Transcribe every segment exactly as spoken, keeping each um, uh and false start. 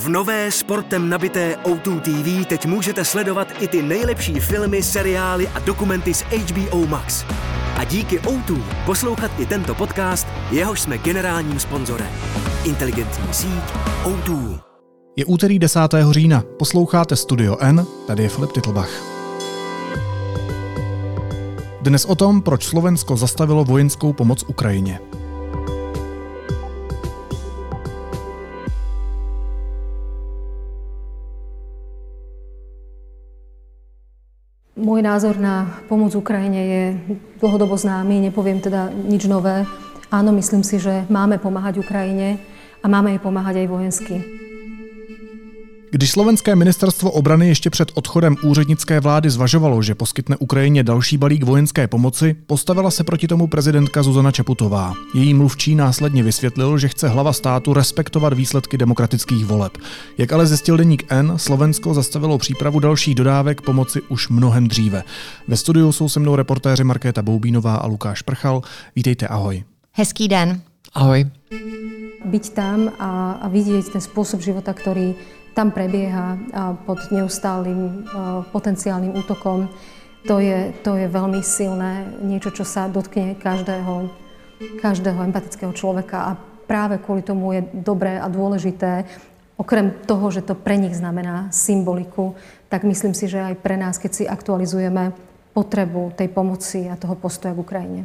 V nové sportem nabité ó dva té vé teď můžete sledovat i ty nejlepší filmy, seriály a dokumenty z H B O Max. A díky ó dva poslouchat i tento podcast, jehož jsme generálním sponzorem. Inteligentní síť ó dva. Je úterý desátého října, posloucháte Studio N, tady je Filip Titlbach. Dnes o tom, proč Slovensko zastavilo vojenskou pomoc Ukrajině. Môj názor na pomoc Ukrajine je dlhodobo známy, nepoviem teda nič nové. Áno, myslím si, že máme pomáhať Ukrajine a máme jej pomáhať aj vojensky. Když slovenské ministerstvo obrany ještě před odchodem úřednické vlády zvažovalo, že poskytne Ukrajině další balík vojenské pomoci, postavila se proti tomu prezidentka Zuzana Čaputová. Její mluvčí následně vysvětlil, že chce hlava státu respektovat výsledky demokratických voleb. Jak ale zjistil deník N, Slovensko zastavilo přípravu dalších dodávek pomoci už mnohem dříve. Ve studiu jsou se mnou reportéři Markéta Boubínová a Lukáš Prchal. Vítejte, ahoj. Hezký den. Ahoj. Byť tam a, a vidieť ten spôsob života, ktorý tam prebieha pod neustálým potenciálnym útokom, to je, to je veľmi silné, niečo, čo sa dotkne každého, každého empatického človeka a práve kvôli tomu je dobré a dôležité, okrem toho, že to pre nich znamená symboliku, tak myslím si, že aj pre nás, keď si aktualizujeme potrebu tej pomoci a toho postoja k Ukrajine.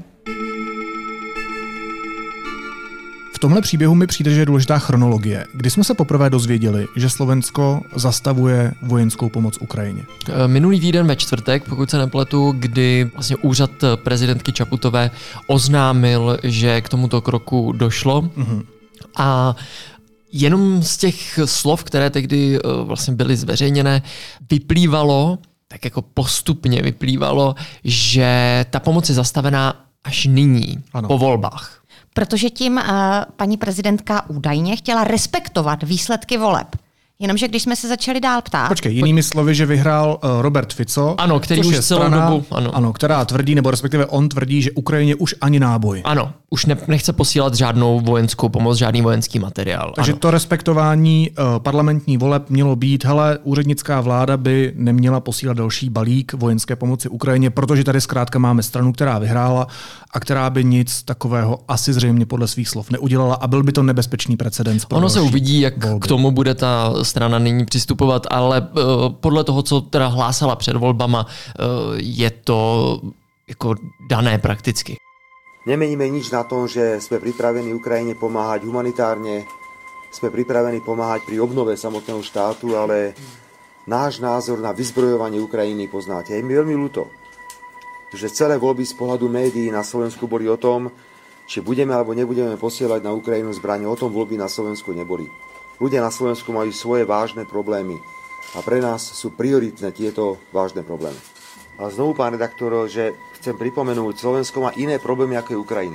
V tomhle příběhu mi přijde, že je důležitá chronologie. Kdy jsme se poprvé dozvěděli, že Slovensko zastavuje vojenskou pomoc Ukrajině? Minulý týden ve čtvrtek, pokud se nepletu, kdy vlastně úřad prezidentky Čaputové oznámil, že k tomuto kroku došlo. Mm-hmm. A jenom z těch slov, které tehdy vlastně byly zveřejněné, vyplývalo, tak jako postupně vyplývalo, že ta pomoc je zastavená až nyní, ano. Po volbách. Protože tím uh, paní prezidentka údajně chtěla respektovat výsledky voleb. Jenomže když jsme se začali dál ptát... Počkej, jinými slovy, že vyhrál uh, Robert Fico, ano, který už je celou strana, dobu, ano. ano, která tvrdí, nebo respektive on tvrdí, že Ukrajině už ani náboj. Ano, už ne, nechce posílat žádnou vojenskou pomoc, žádný vojenský materiál. Takže ano. To respektování uh, parlamentní voleb mělo být, hele, úřednická vláda by neměla posílat další balík vojenské pomoci Ukrajině, protože tady zkrátka máme stranu, která vyhrála a která by nic takového asi zřejmě podle svých slov neudělala a byl by to nebezpečný precedens. Ono se uvidí, jak volby. K tomu bude ta strana nyní přistupovat, ale uh, podle toho, co teda hlásala před volbama, uh, je to jako dané prakticky. Nemeníme nič na tom, že sme pripravení Ukrajine pomáhať humanitárne, sme pripravení pomáhať pri obnove samotného štátu, ale náš názor na vyzbrojovanie Ukrajiny poznáte. Je mi veľmi ľúto, že celé voľby z pohľadu médií na Slovensku boli o tom, či budeme alebo nebudeme posielať na Ukrajinu zbrane. O tom voľby na Slovensku neboli. Ľudia na Slovensku majú svoje vážne problémy a pre nás sú prioritné tieto vážne problémy. A znovu, pán redaktor, že chcem pripomenúť, Slovensko má iné problémy, ako je Ukrajina.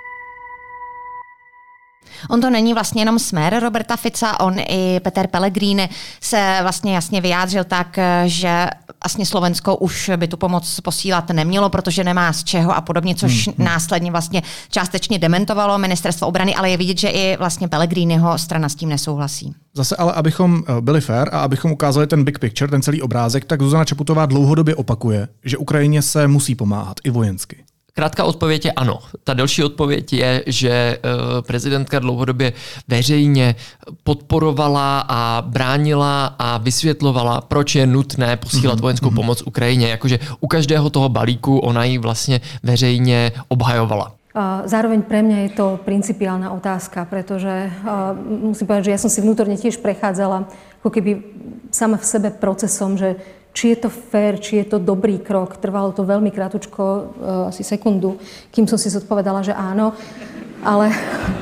On to není vlastně jenom smer Roberta Fica, on i Peter Pellegrini se vlastně jasně vyjádřil tak, že vlastně Slovensko už by tu pomoc posílat nemělo, protože nemá z čeho a podobně, což hmm, hmm. následně vlastně částečně dementovalo ministerstvo obrany, ale je vidět, že i vlastně Pellegriniho strana s tím nesouhlasí. Zase ale abychom byli fair a abychom ukázali ten big picture, ten celý obrázek, tak Zuzana Čaputová dlouhodobě opakuje, že Ukrajině se musí pomáhat i vojensky. Krátká odpověď je ano. Ta delší odpověď je, že prezidentka dlouhodobě veřejně podporovala a bránila a vysvětlovala, proč je nutné posílat mm-hmm. vojenskou pomoc Ukrajině. Jakože u každého toho balíku ona ji vlastně veřejně obhajovala. Zároveň pre mňa je to principiálna otázka, pretože uh, musím povedať, že ja som si vnútorne tiež prechádzala ako keby sama v sebe procesom, že či je to fér, či je to dobrý krok. Trvalo to veľmi krátko, uh, asi sekundu, kým som si zodpovedala, že áno, ale...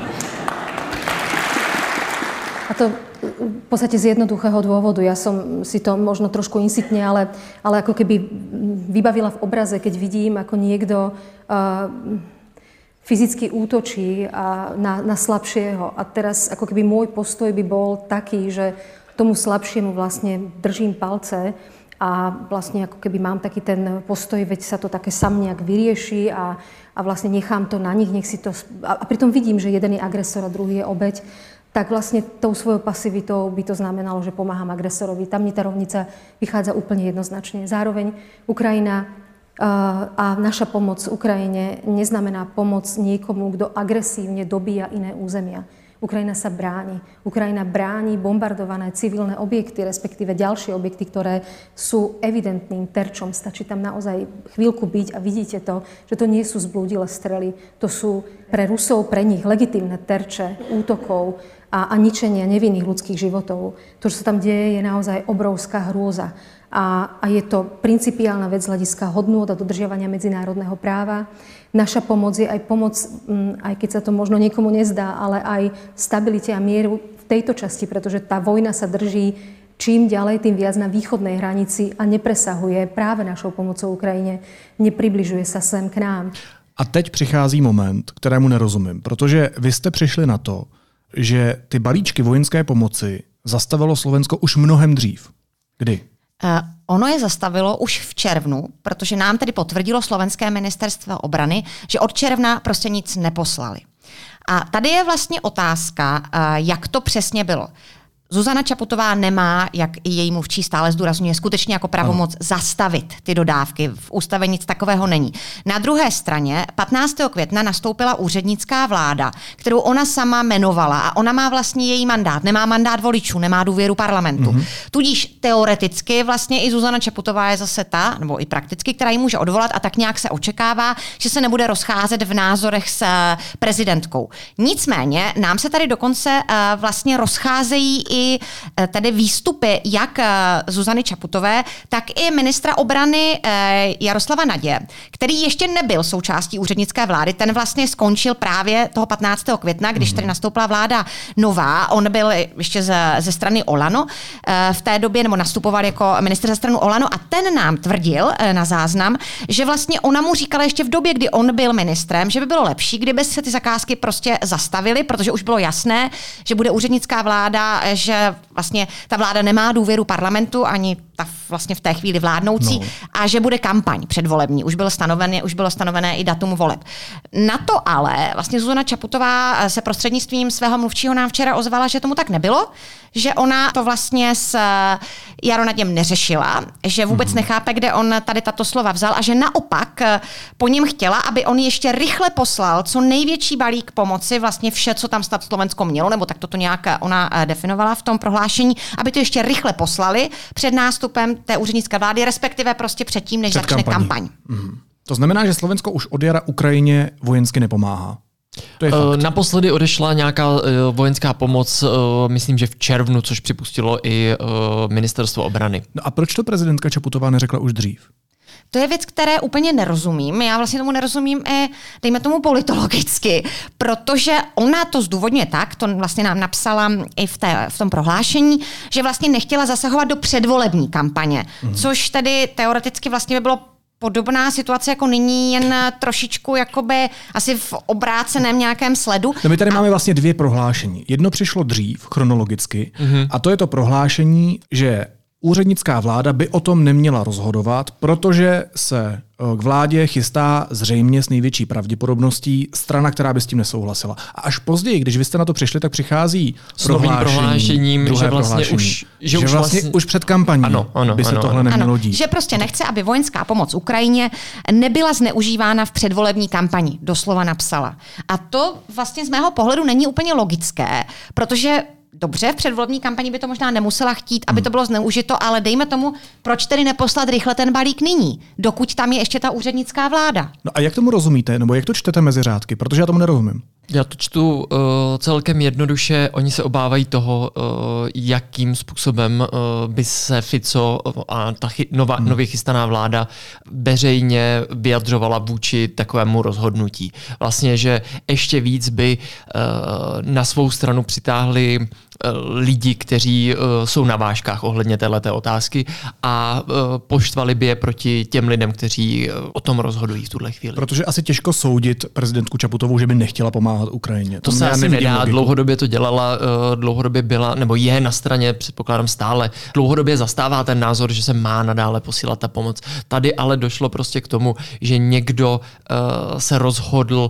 A to v podstate z jednoduchého dôvodu. Ja som si to možno trošku insitne, ale, ale ako keby vybavila v obraze, keď vidím, ako niekto... Uh, fyzicky útočí a na, na slabšieho. A teraz ako keby môj postoj by bol taký, že tomu slabšiemu vlastne držím palce a vlastne ako keby mám taký ten postoj, veď sa to také sam nejak vyrieši a, a vlastne nechám to na nich, nech si to... A, a pritom vidím, že jeden je agresor a druhý je obeť. tak vlastne tou svojou pasivitou by to znamenalo, že pomáham agresorovi. Tam mi tá rovnica vychádza úplne jednoznačne. Zároveň Ukrajina a naša pomoc Ukrajine neznamená pomoc niekomu, kto agresívne dobíja iné územia. Ukrajina sa bráni. Ukrajina bráni bombardované civilné objekty, respektíve ďalšie objekty, ktoré sú evidentným terčom. Stačí tam naozaj chvíľku byť a vidíte to, že to nie sú zblúdilé strely. To sú pre Rusov, pre nich legitímne terče útokov a, a ničenia nevinných ľudských životov. To, čo sa tam deje, je naozaj obrovská hrôza. A, a je to principiálna vec z hľadiska hodnôt a dodržiavania medzinárodného práva. Naša pomoc je aj pomoc, aj keď sa to možno niekomu nezdá, ale aj stabilite a mieru v tejto časti, pretože tá vojna sa drží čím ďalej, tým viac na východnej hranici a nepresahuje práve našou pomocou Ukrajine, nepribližuje sa sem k nám. A teď přichází moment, kterému nerozumím, protože vy jste přišli na to, že ty balíčky vojenské pomoci zastavilo Slovensko už mnohem dřív. Kdy? Uh, ono je zastavilo už v červnu, protože nám tedy potvrdilo slovenské ministerstvo obrany, že od června prostě nic neposlali. A tady je vlastně otázka, uh, jak to přesně bylo. Zuzana Čaputová nemá, jak i její mluvčí stále zdůrazňuje, skutečně jako pravomoc zastavit ty dodávky. V ústavě nic takového není. Na druhé straně patnáctého května nastoupila úřednická vláda, kterou ona sama jmenovala a ona má vlastně její mandát. Nemá mandát voličů, nemá důvěru parlamentu. Mm-hmm. Tudíž teoreticky vlastně i Zuzana Čaputová je zase ta, nebo i prakticky, která ji může odvolat a tak nějak se očekává, že se nebude rozcházet v názorech s prezidentkou. Nicméně nám se tady dokonce uh, vlastně rozcházejí i tedy výstupy jak Zuzany Čaputové, tak i ministra obrany Jaroslava Naďe, který ještě nebyl součástí úřednické vlády. Ten vlastně skončil právě toho patnáctého května, když tady nastoupila vláda nová. On byl ještě ze, ze strany Olano v té době, nebo nastupoval jako ministr ze strany Olano a ten nám tvrdil na záznam, že vlastně ona mu říkala ještě v době, kdy on byl ministrem, že by bylo lepší, kdyby se ty zakázky prostě zastavily, protože už bylo jasné, že bude úřednická vláda, že vlastně ta vláda nemá důvěru parlamentu ani ta vlastně v té chvíli vládnoucí no. a že bude kampaň předvolební. Už bylo stanovené, už bylo stanovené i datum voleb. Na to ale vlastně Zuzana Čaputová se prostřednictvím svého mluvčího nám včera ozvala, že tomu tak nebylo, že ona to vlastně s Jaro Naděm neřešila, že vůbec mm-hmm. nechápe, kde on tady tato slova vzal a že naopak po něm chtěla, aby on ještě rychle poslal co největší balík pomoci, vlastně vše, co tam snad Slovensko mělo, nebo tak toto nějak ona definovala v tom prohlášení, aby to ještě rychle poslali před nástupem té úřednické vlády, respektive prostě předtím, než před začne kampaní. kampaň. Mm-hmm. To znamená, že Slovensko už od jara Ukrajině vojensky nepomáhá. To je fakt. Naposledy odešla nějaká vojenská pomoc, myslím, že v červnu, což připustilo i ministerstvo obrany. No a proč to prezidentka Čaputová neřekla už dřív? To je věc, které úplně nerozumím. Já vlastně tomu nerozumím i, dejme tomu, politologicky, protože ona to zdůvodňuje tak, to vlastně nám napsala i v, té, v tom prohlášení, že vlastně nechtěla zasahovat do předvolební kampaně, mm. což tedy teoreticky vlastně by bylo podobná situace jako nyní, jen trošičku jakoby asi v obráceném nějakém sledu. No my tady a... máme vlastně dvě prohlášení. Jedno přišlo dřív, chronologicky, mm-hmm. a to je to prohlášení, že úřednická vláda by o tom neměla rozhodovat, protože se k vládě chystá zřejmě s největší pravděpodobností strana, která by s tím nesouhlasila. A až později, když vy jste na to přišli, tak přichází s novým prohlášením, že vlastně prohlášení, už, že že už, vlastně vlastně... už před kampaní ano, ano, by se ano, tohle ano. nemělo ano, dít. Že prostě nechce, aby vojenská pomoc Ukrajině nebyla zneužívána v předvolební kampani, doslova napsala. A to vlastně z mého pohledu není úplně logické, protože dobře, v předvolební kampani by to možná nemusela chtít, aby to bylo zneužito, ale dejme tomu, proč tedy neposlat rychle ten balík nyní, dokud tam je ještě ta úřednická vláda. No a jak tomu rozumíte, nebo jak to čtete mezi řádky, protože já tomu nerozumím. Já to čtu uh, celkem jednoduše. Oni se obávají toho, uh, jakým způsobem uh, by se Fico a ta chy, nová, hmm. nově chystaná vláda veřejně vyjadřovala vůči takovému rozhodnutí. Vlastně, že ještě víc by uh, na svou stranu přitáhli uh, lidi, kteří uh, jsou na vážkách ohledně téhleté otázky a uh, poštvali by je proti těm lidem, kteří uh, o tom rozhodují v tuhle chvíli. Protože asi těžko soudit prezidentku Čaputovou, že by nechtěla pomáhat Ukrajině. To, to se asi nedá, logiku. Dlouhodobě to dělala, dlouhodobě byla, nebo je na straně, předpokládám stále, dlouhodobě zastává ten názor, že se má nadále posílat ta pomoc. Tady ale došlo prostě k tomu, že někdo uh, se rozhodl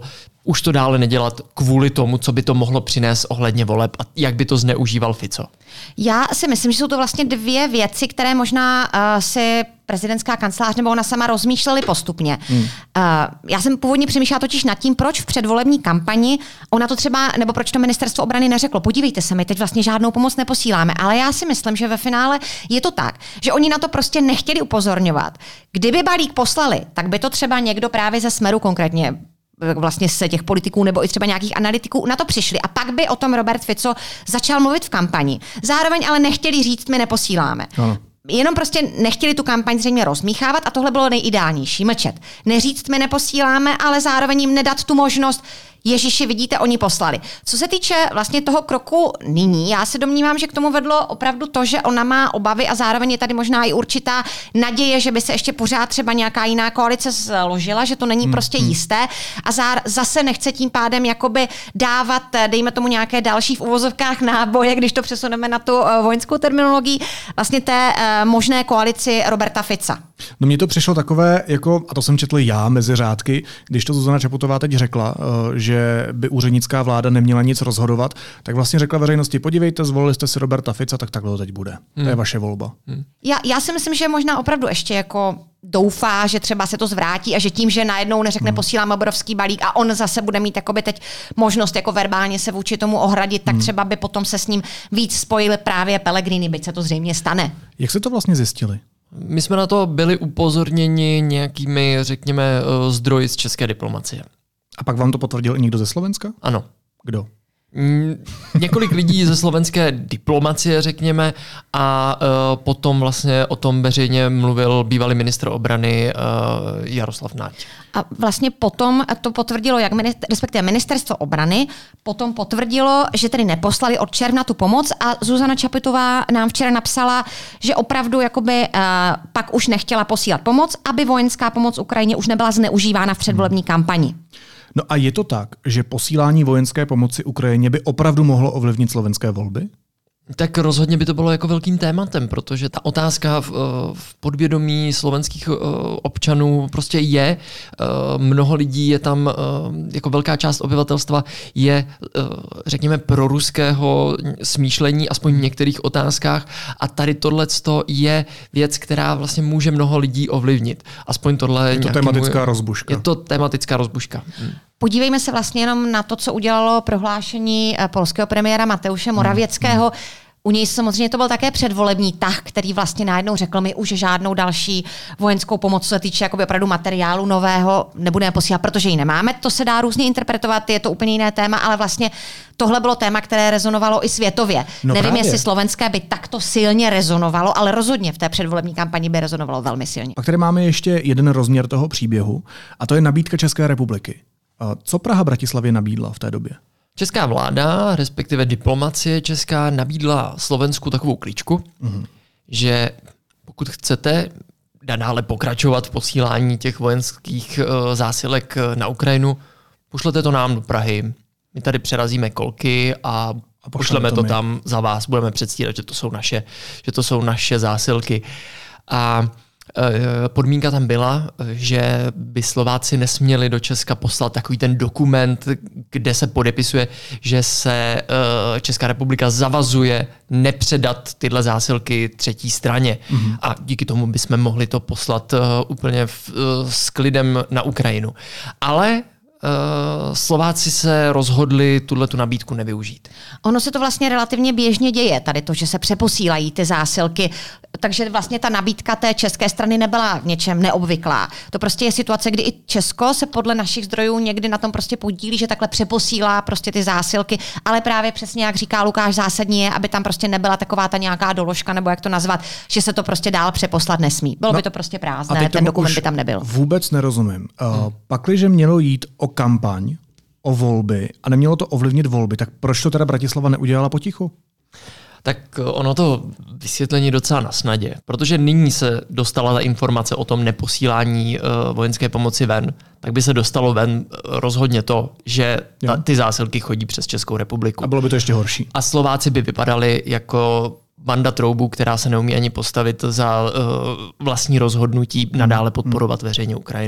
už to dále nedělat kvůli tomu, co by to mohlo přinést ohledně voleb a jak by to zneužíval Fico? Já si myslím, že jsou to vlastně dvě věci, které možná uh, si prezidentská kancelář nebo ona sama rozmýšleli postupně. Hmm. Uh, já jsem původně přemýšlela totiž nad tím, proč v předvolební kampani ona to třeba, nebo proč to ministerstvo obrany neřeklo. Podívejte se, my teď vlastně žádnou pomoc neposíláme, ale já si myslím, že ve finále je to tak, že oni na to prostě nechtěli upozorňovat. Kdyby balík poslali, tak by to třeba někdo právě ze Smeru konkrétně vlastně se těch politiků nebo i třeba nějakých analytiků na to přišli a pak by o tom Robert Fico začal mluvit v kampani. Zároveň ale nechtěli říct, my neposíláme. Ano. Jenom prostě nechtěli tu kampaň zřejmě rozmíchávat a tohle bylo nejideálnější, mlčet. Neříct, my neposíláme, ale zároveň jim nedat tu možnost, Ježiši, vidíte, oni poslali. Co se týče vlastně toho kroku nyní, já se domnívám, že k tomu vedlo opravdu to, že ona má obavy a zároveň je tady možná i určitá naděje, že by se ještě pořád třeba nějaká jiná koalice zložila, že to není hmm. prostě jisté a zá, zase nechce tím pádem jakoby dávat, dejme tomu nějaké další v uvozovkách náboje, když to přesuneme na tu uh, vojenskou terminologii, vlastně té uh, možné koalici Roberta Fica. No mně to přišlo takové, jako, a to jsem četl já mezi řádky, když to Zuzana Čaputová teď řekla, že by úřednická vláda neměla nic rozhodovat, tak vlastně řekla veřejnosti, podívejte, zvolili jste si Roberta Fica, tak takhle to teď bude. Hmm. To je vaše volba. Hmm. Já, já si myslím, že možná opravdu ještě jako doufá, že třeba se to zvrátí a že tím, že najednou neřekne, hmm. posílám obrovský balík a on zase bude mít jakoby teď možnost jako verbálně se vůči tomu ohradit, tak hmm. třeba by potom se s ním víc spojili právě Pellegrini, byť se to zřejmě stane. Jak se to vlastně zjistili? My jsme na to byli upozorněni nějakými, řekněme, zdroji z české diplomacie. A pak vám to potvrdil i někdo ze Slovenska? Ano. Kdo? Několik lidí ze slovenské diplomacie, řekněme, a uh, potom vlastně o tom veřejně mluvil bývalý ministr obrany uh, Jaroslav Náď. A vlastně potom to potvrdilo, jak minister, respektive ministerstvo obrany, potom potvrdilo, že tedy neposlali od června tu pomoc a Zuzana Čaputová nám včera napsala, že opravdu jakoby uh, pak už nechtěla posílat pomoc, aby vojenská pomoc Ukrajině už nebyla zneužívána v předvolební kampani. No a je to tak, že posílání vojenské pomoci Ukrajině by opravdu mohlo ovlivnit slovenské volby? Tak rozhodně by to bylo jako velkým tématem, protože ta otázka v, v podvědomí slovenských občanů prostě je. Mnoho lidí je tam, jako velká část obyvatelstva je, řekněme, proruského smýšlení, aspoň v některých otázkách. A tady tohleto je věc, která vlastně může mnoho lidí ovlivnit. Aspoň tohle je to tematická můj, rozbuška. Je to tematická rozbuška. Hmm. Podívejme se vlastně jenom na to, co udělalo prohlášení polského premiéra Mateusze Morawieckého. Hmm. U něj samozřejmě to byl také předvolební tah, který vlastně najednou řekl, my už žádnou další vojenskou pomoc, co se týče jakoby opravdu materiálu nového, nebudeme posílat, protože ji nemáme. To se dá různě interpretovat, je to úplně jiné téma, ale vlastně tohle bylo téma, které rezonovalo i světově. No Nevím, právě. jestli slovenské by takto silně rezonovalo, ale rozhodně v té předvolební kampani by rezonovalo velmi silně. A tady máme ještě jeden rozměr toho příběhu, a to je nabídka České republiky. Co Praha Bratislavě nabídla v té době? Česká vláda, respektive diplomacie česká, nabídla Slovensku takovou klíčku, mm-hmm. že pokud chcete nadále pokračovat v posílání těch vojenských uh, zásilek na Ukrajinu, pošlete to nám do Prahy, my tady přerazíme kolky a, a pošleme to, to tam za vás, budeme předstírat, že to jsou naše, že to jsou naše zásilky. A podmínka tam byla, že by Slováci nesměli do Česka poslat takový ten dokument, kde se podepisuje, že se Česká republika zavazuje nepředat tyhle zásilky třetí straně. Mm-hmm. A díky tomu bychom mohli to poslat úplně v, s klidem na Ukrajinu. Ale Uh, Slováci se rozhodli tuhletu nabídku nevyužít. Ono se to vlastně relativně běžně děje, tady to, že se přeposílají ty zásilky, takže vlastně ta nabídka té české strany nebyla v něčem neobvyklá. To prostě je situace, kdy i Česko se podle našich zdrojů někdy na tom prostě podílí, že takhle přeposílá prostě ty zásilky, ale právě přesně jak říká Lukáš, zásadní je, aby tam prostě nebyla taková ta nějaká doložka, nebo jak to nazvat, že se to prostě dál přeposlat nesmí. Bylo no, by to prostě prázdné, ten dokument by tam nebyl. Vůbec nerozumím. Uh, hmm. Pakliže mělo jít o kampaň, o volby a nemělo to ovlivnit volby, tak proč to teda Bratislava neudělala potichu? Tak ono to vysvětlení docela na snadě, protože nyní se dostala ta informace o tom neposílání uh, vojenské pomoci ven, tak by se dostalo ven rozhodně to, že ta, ty zásilky chodí přes Českou republiku. A bylo by to ještě horší. A Slováci by vypadali jako banda troubů, která se neumí ani postavit za uh, vlastní rozhodnutí nadále podporovat veřejně Ukrajinu.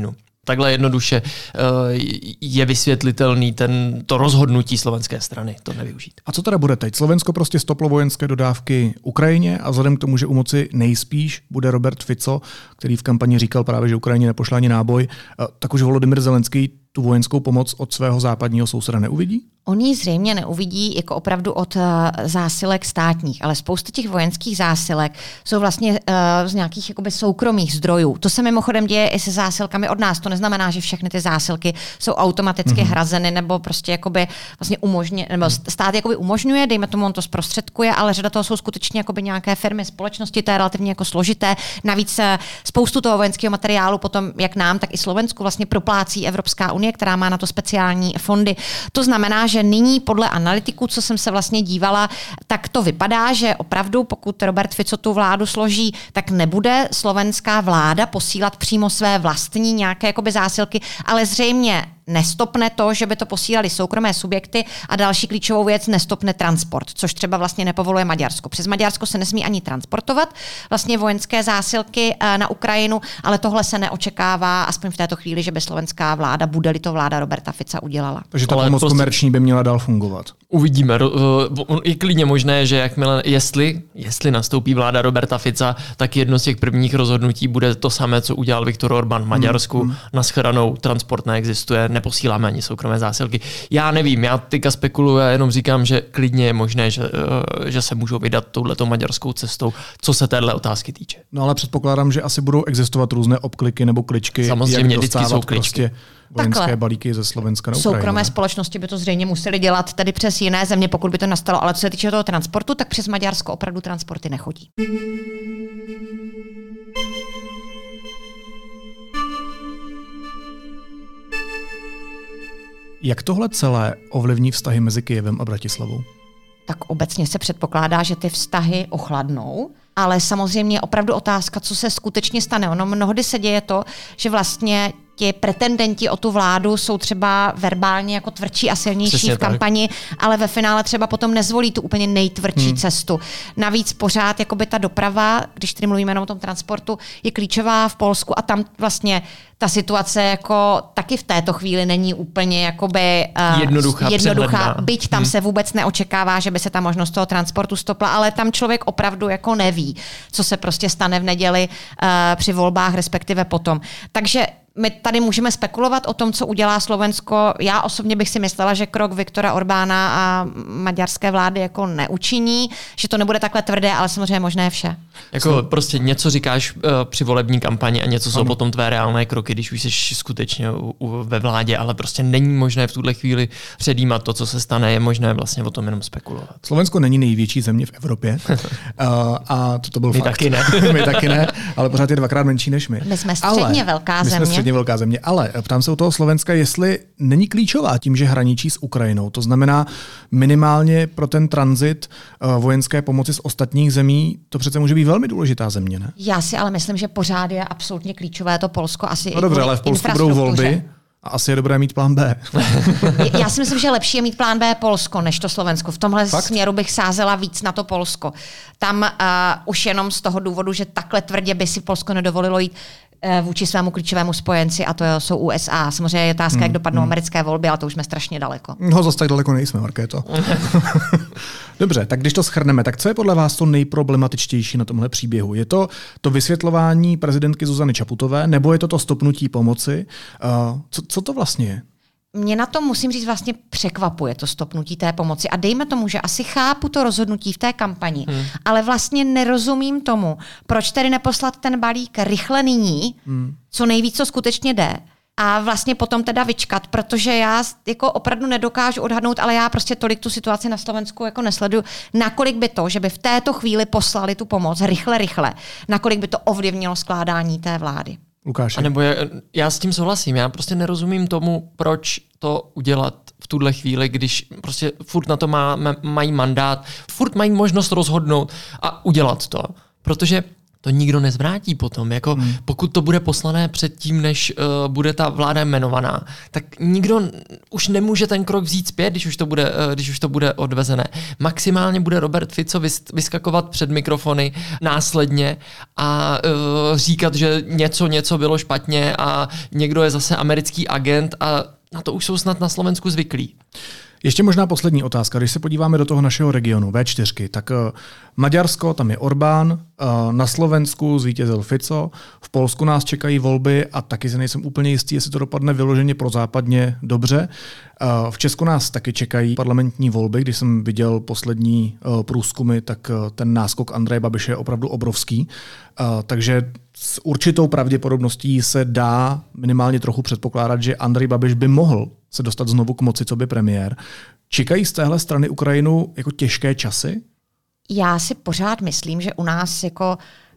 Takhle jednoduše je vysvětlitelný ten, to rozhodnutí slovenské strany to nevyužít. A co teda bude teď? Slovensko prostě stoplo vojenské dodávky Ukrajině a vzhledem k tomu, že u moci nejspíš bude Robert Fico, který v kampani říkal právě, že Ukrajině nepošle ani náboj, tak už Volodymyr Zelenský tu vojenskou pomoc od svého západního souseda neuvidí? On ji zřejmě neuvidí jako opravdu od uh, zásilek státních, ale spousta těch vojenských zásilek jsou vlastně uh, z nějakých jakoby soukromých zdrojů. To se mimochodem děje i se zásilkami od nás. To neznamená, že všechny ty zásilky jsou automaticky mm-hmm. hrazeny nebo prostě jakoby vlastně umožně, nebo stát jakoby umožňuje, dejme tomu, on to zprostředkuje, ale řada toho jsou skutečně jakoby nějaké firmy, společnosti, to je relativně jako složité. Navíc uh, spoustu toho vojenského materiálu potom jak nám, tak i Slovensku vlastně proplácí Evropská unie, která má na to speciální fondy. To znamená, že nyní podle analytiků, co jsem se vlastně dívala, tak to vypadá, že opravdu, pokud Robert Fico tu vládu složí, tak nebude slovenská vláda posílat přímo své vlastní nějaké jakoby zásilky, ale zřejmě nestopne to, že by to posílali soukromé subjekty a další klíčovou věc nestopne transport, což třeba vlastně nepovoluje Maďarsko. Přes Maďarsko se nesmí ani transportovat vlastně vojenské zásilky na Ukrajinu, ale tohle se neočekává, aspoň v této chvíli, že by slovenská vláda, bude-li to vláda Roberta Fica, udělala. Takže ta pomoc prostě komerční by měla dál fungovat. Uvidíme. Je klidně možné, že jakmile, jestli, jestli nastoupí vláda Roberta Fica, tak jedno z těch prvních rozhodnutí bude to samé, co udělal Viktor Orbán v Maďarsku. Hmm. Naschledanou, transport neexistuje, neposíláme ani soukromé zásilky. Já nevím, já teďka spekuluju, já jenom říkám, že klidně je možné, že, že se můžou vydat touhletou maďarskou cestou, co se téhle otázky týče. No ale předpokládám, že asi budou existovat různé obkliky nebo kličky. Samozřejmě vždycky jsou kličky. Prostě vojenské takhle balíky ze Slovenska na Ukrajinu. Soukromé společnosti by to zřejmě museli dělat tedy přes jiné země, pokud by to nastalo, ale co se týče toho transportu, tak přes Maďarsko opravdu transporty nechodí. Jak tohle celé ovlivní vztahy mezi Kyjevem a Bratislavou? Tak obecně se předpokládá, že ty vztahy ochladnou, ale samozřejmě opravdu otázka, co se skutečně stane. Ono mnohdy se děje to, že vlastně ti pretendenti o tu vládu jsou třeba verbálně jako tvrdší a silnější Přesně v kampani, tak. ale ve finále třeba potom nezvolí tu úplně nejtvrdší hmm. cestu. Navíc pořád jakoby ta doprava, když tedy mluvíme jenom o tom transportu, je klíčová v Polsku a tam vlastně ta situace jako taky v této chvíli není úplně jakoby uh, jednoduchá, jednoduchá byť tam hmm. se vůbec neočekává, že by se ta možnost toho transportu stopla, ale tam člověk opravdu jako neví, co se prostě stane v neděli uh, při volbách, respektive potom. Takže my tady můžeme spekulovat o tom, co udělá Slovensko. Já osobně bych si myslela, že krok Viktora Orbána a maďarské vlády jako neučiní, že to nebude takhle tvrdé, ale samozřejmě možné vše. Jako Co? prostě něco říkáš uh, při volební kampani a něco ano. jsou potom tvé reálné kroky, když už jsi skutečně u, u, ve vládě, ale prostě není možné v tuhle chvíli předjímat to, co se stane, je možné vlastně o tom jenom spekulovat. Slovensko není největší země v Evropě uh, a to, to byl my fakt. Taky ne. my taky ne, ale pořád je dvakrát menší než my. My jsme středně ale, velká my země. Jsme středně velká země, ale ptám se u toho Slovenska, jestli není klíčová tím, že hraničí s Ukrajinou. To znamená minimálně pro ten tranzit uh, vojenské pomoci z ostatních zemí, to přece může být velmi důležitá země, ne? Já si ale myslím, že pořád je absolutně klíčové to Polsko. Asi no dobře, ale v Polsku budou volby a asi je dobré mít plán B. Já si myslím, že lepší je mít plán B Polsko, než to Slovensko. V tomhle Fakt? směru bych sázela víc na to Polsko. Tam uh, už jenom z toho důvodu, že takhle tvrdě by si Polsko nedovolilo jít vůči svému klíčovému spojenci, a to jsou U S A. Samozřejmě je otázka, hmm. jak dopadnou hmm. americké volby, ale to už jsme strašně daleko. No, zase tak daleko nejsme, Markéto. Dobře, tak když to shrneme, tak co je podle vás to nejproblematičtější na tomhle příběhu? Je to to vysvětlování prezidentky Zuzany Čaputové, nebo je to to stopnutí pomoci? Uh, co, co to vlastně je? Mě na to, musím říct, vlastně překvapuje to stopnutí té pomoci. A dejme tomu, že asi chápu to rozhodnutí v té kampani, hmm. ale vlastně nerozumím tomu, proč tedy neposlat ten balík rychle nyní, hmm. co nejvíc, co skutečně jde, a vlastně potom teda vyčkat, protože já jako opravdu nedokážu odhadnout, ale já prostě tolik tu situaci na Slovensku jako nesleduju, nakolik by to, že by v této chvíli poslali tu pomoc rychle, rychle, nakolik by to ovlivnilo skládání té vlády. Lukáši. A nebo je, já s tím souhlasím, já prostě nerozumím tomu, proč to udělat v tuhle chvíli, když prostě furt na to má, mají mandát, furt mají možnost rozhodnout a udělat to. Protože to nikdo nezvrátí potom. Jako, hmm. Pokud to bude poslané předtím, než uh, bude ta vláda jmenovaná, tak nikdo už nemůže ten krok vzít zpět, když už to bude, uh, když už to bude odvezené. Maximálně bude Robert Fico vys- vyskakovat před mikrofony následně a uh, říkat, že něco, něco bylo špatně a někdo je zase americký agent a na to už jsou snad na Slovensku zvyklí. Ještě možná poslední otázka. Když se podíváme do toho našeho regionu vé čtyři, tak uh, Maďarsko, tam je Orbán, uh, na Slovensku zvítězil Fico, v Polsku nás čekají volby a taky se nejsem úplně jistý, jestli to dopadne vyloženě prozápadně dobře. Uh, v Česku nás taky čekají parlamentní volby. Když jsem viděl poslední uh, průzkumy, tak uh, ten náskok Andreje Babiše je opravdu obrovský. Uh, takže s určitou pravděpodobností se dá minimálně trochu předpokládat, že Andrej Babiš by mohl se dostat znovu k moci coby premiér. Čekají z téhle strany Ukrajinu jako těžké časy? Já si pořád myslím, že u nás jako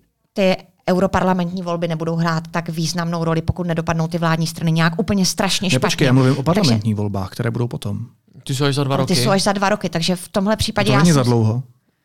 ty europarlamentní volby nebudou hrát tak významnou roli, pokud nedopadnou ty vládní strany nějak úplně strašně špatně. Nepočkej, já mluvím o parlamentní takže, volbách, které budou potom. Ty jsou až za dva roky. Ty jsou až za dva roky, takže v tomhle případě... To není za dlouho.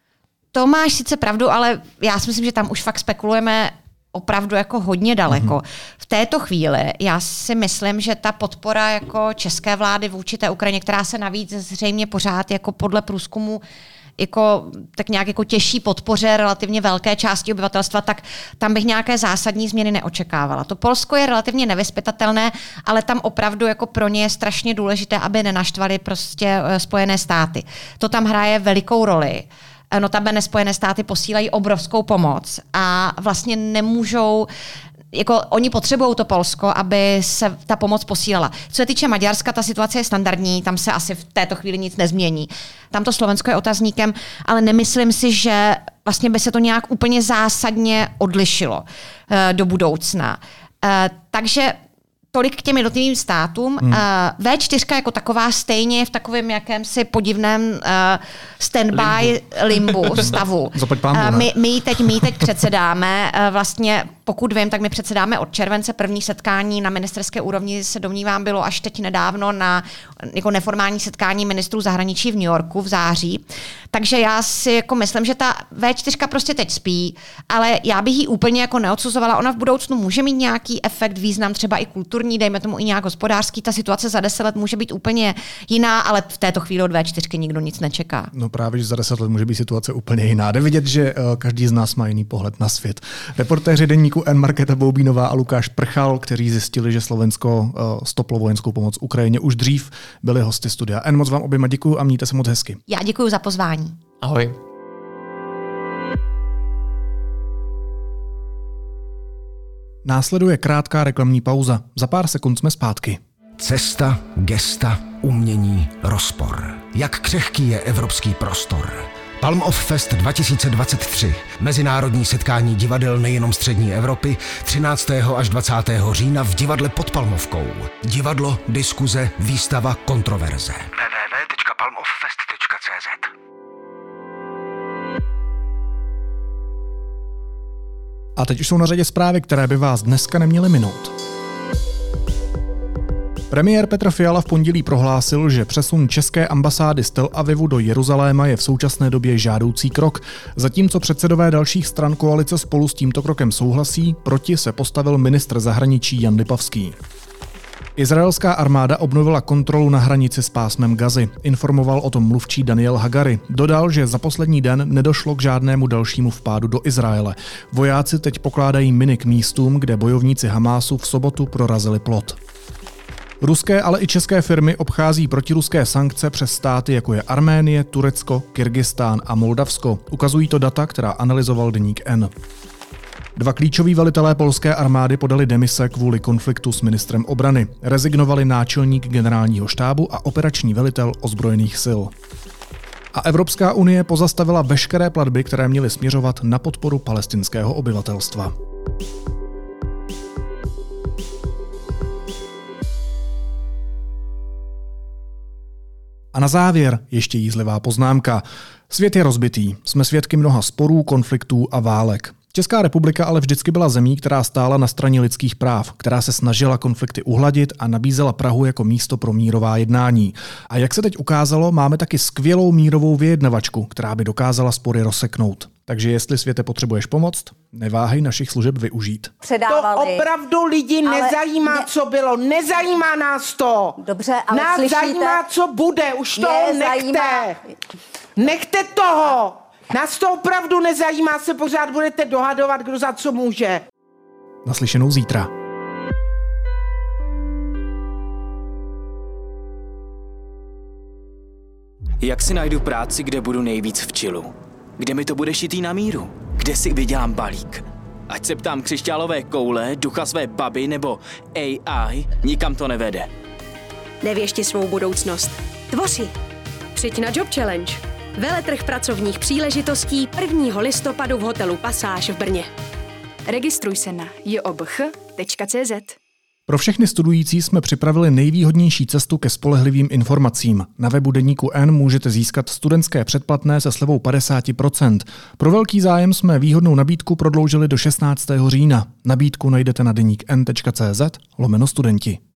To máš sice pravdu, ale já si myslím, že tam už fakt spekulujeme opravdu jako hodně daleko. Mm-hmm. V této chvíli já si myslím, že ta podpora jako české vlády vůči té Ukrajině, která se navíc zřejmě pořád jako podle průzkumu jako, tak nějak jako těžší podpoře relativně velké části obyvatelstva, tak tam bych nějaké zásadní změny neočekávala. To Polsko je relativně nevyzpytatelné, ale tam opravdu jako pro ně je strašně důležité, aby nenaštvali prostě Spojené státy. To tam hraje velikou roli. Notabene Spojené státy posílají obrovskou pomoc a vlastně nemůžou, jako oni potřebují to Polsko, aby se ta pomoc posílala. Co se týče Maďarska, ta situace je standardní, tam se asi v této chvíli nic nezmění. Tam to Slovensko je otazníkem, ale nemyslím si, že vlastně by se to nějak úplně zásadně odlišilo uh, do budoucna. Uh, takže tolik k těm jednotlivým státům. Hmm. Uh, vé čtyři jako taková stejně je v takovém jakémsi podivném uh, standby limbu, limbu stavu. uh, my, my, teď, my teď předsedáme. Uh, vlastně, pokud vím, tak my předsedáme od července. První setkání na ministerské úrovni se domnívám bylo až teď nedávno na jako neformální setkání ministrů zahraničí v New Yorku v září. Takže já si jako myslím, že ta vé čtyři prostě teď spí, ale já bych ji úplně jako neodsuzovala. Ona v budoucnu může mít nějaký efekt, význam třeba i kulturní, dejme tomu i nějak hospodářský. Ta situace za deset let může být úplně jiná, ale v této chvíli od vé čtyři nikdo nic nečeká. No právě, že za deset let může být situace úplně jiná. Jde vidět, že uh, každý z nás má jiný pohled na svět. Reportéři deníku N Markéta Boubínová a Lukáš Prchal, kteří zjistili, že Slovensko uh, stoplo vojenskou pomoc Ukrajině už dřív, byli hosty studia N. Moc vám oběma děkuju a mějte se moc hezky. Já děkuju za pozvání. Ahoj. Následuje krátká reklamní pauza. Za pár sekund jsme zpátky. Cesta, gesta, umění, rozpor. Jak křehký je evropský prostor. Palm of Fest dva tisíce dvacet tři. Mezinárodní setkání divadel nejenom střední Evropy třináctého až dvacátého října v divadle pod Palmovkou. Divadlo, diskuze, výstava, kontroverze. w w w tečka palm of fest tečka c z A teď už jsou na řadě zprávy, které by vás dneska neměly minout. Premiér Petr Fiala v pondělí prohlásil, že přesun české ambasády z Tel Avivu do Jeruzaléma je v současné době žádoucí krok. Zatímco předsedové dalších stran koalice Spolu s tímto krokem souhlasí, proti se postavil ministr zahraničí Jan Lipavský. Izraelská armáda obnovila kontrolu na hranici s pásmem Gazy. Informoval o tom mluvčí Daniel Hagari. Dodal, že za poslední den nedošlo k žádnému dalšímu vpádu do Izraele. Vojáci teď pokládají miny k místům, kde bojovníci Hamásu v sobotu prorazili plot. Ruské, ale i české firmy obchází protiruské sankce přes státy, jako je Arménie, Turecko, Kyrgyzstán a Moldavsko. Ukazují to data, která analyzoval deník N. Dva klíčoví velitelé polské armády podali demise kvůli konfliktu s ministrem obrany. Rezignovali náčelník generálního štábu a operační velitel ozbrojených sil. A Evropská unie pozastavila veškeré platby, které měly směřovat na podporu palestinského obyvatelstva. A na závěr ještě jízlivá poznámka. Svět je rozbitý. Jsme svědky mnoha sporů, konfliktů a válek. Česká republika ale vždycky byla zemí, která stála na straně lidských práv, která se snažila konflikty uhladit a nabízela Prahu jako místo pro mírová jednání. A jak se teď ukázalo, máme taky skvělou mírovou vyjednavačku, která by dokázala spory rozseknout. Takže jestli světe potřebuješ pomoct, neváhej našich služeb využít. Předávali. To opravdu lidi ale nezajímá, ne... co bylo. Nezajímá nás to. Dobře, ale nás slyšíte? zajímá, co bude. Už to nechte. Zajímá. Nechte toho. Nás to opravdu nezajímá, se pořád budete dohadovat, kdo za co může. Naslyšenou zítra. Jak si najdu práci, kde budu nejvíc v chillu? Kde mi to bude šitý na míru? Kde si vydělám balík? Ať se ptám křišťálové koule, ducha své baby nebo A I, nikam to nevede. Nevěšti svou budoucnost. Tvoři. Přijď na Job Challenge. Veletrh pracovních příležitostí prvního listopadu v hotelu Pasáž v Brně. Registruj se na jobch tečka cé zet. Pro všechny studující jsme připravili nejvýhodnější cestu ke spolehlivým informacím. Na webu Deníku N můžete získat studentské předplatné se slevou padesát procent. Pro velký zájem jsme výhodnou nabídku prodloužili do šestnáctého října. Nabídku najdete na deníkn tečka cé zet lomeno studenti.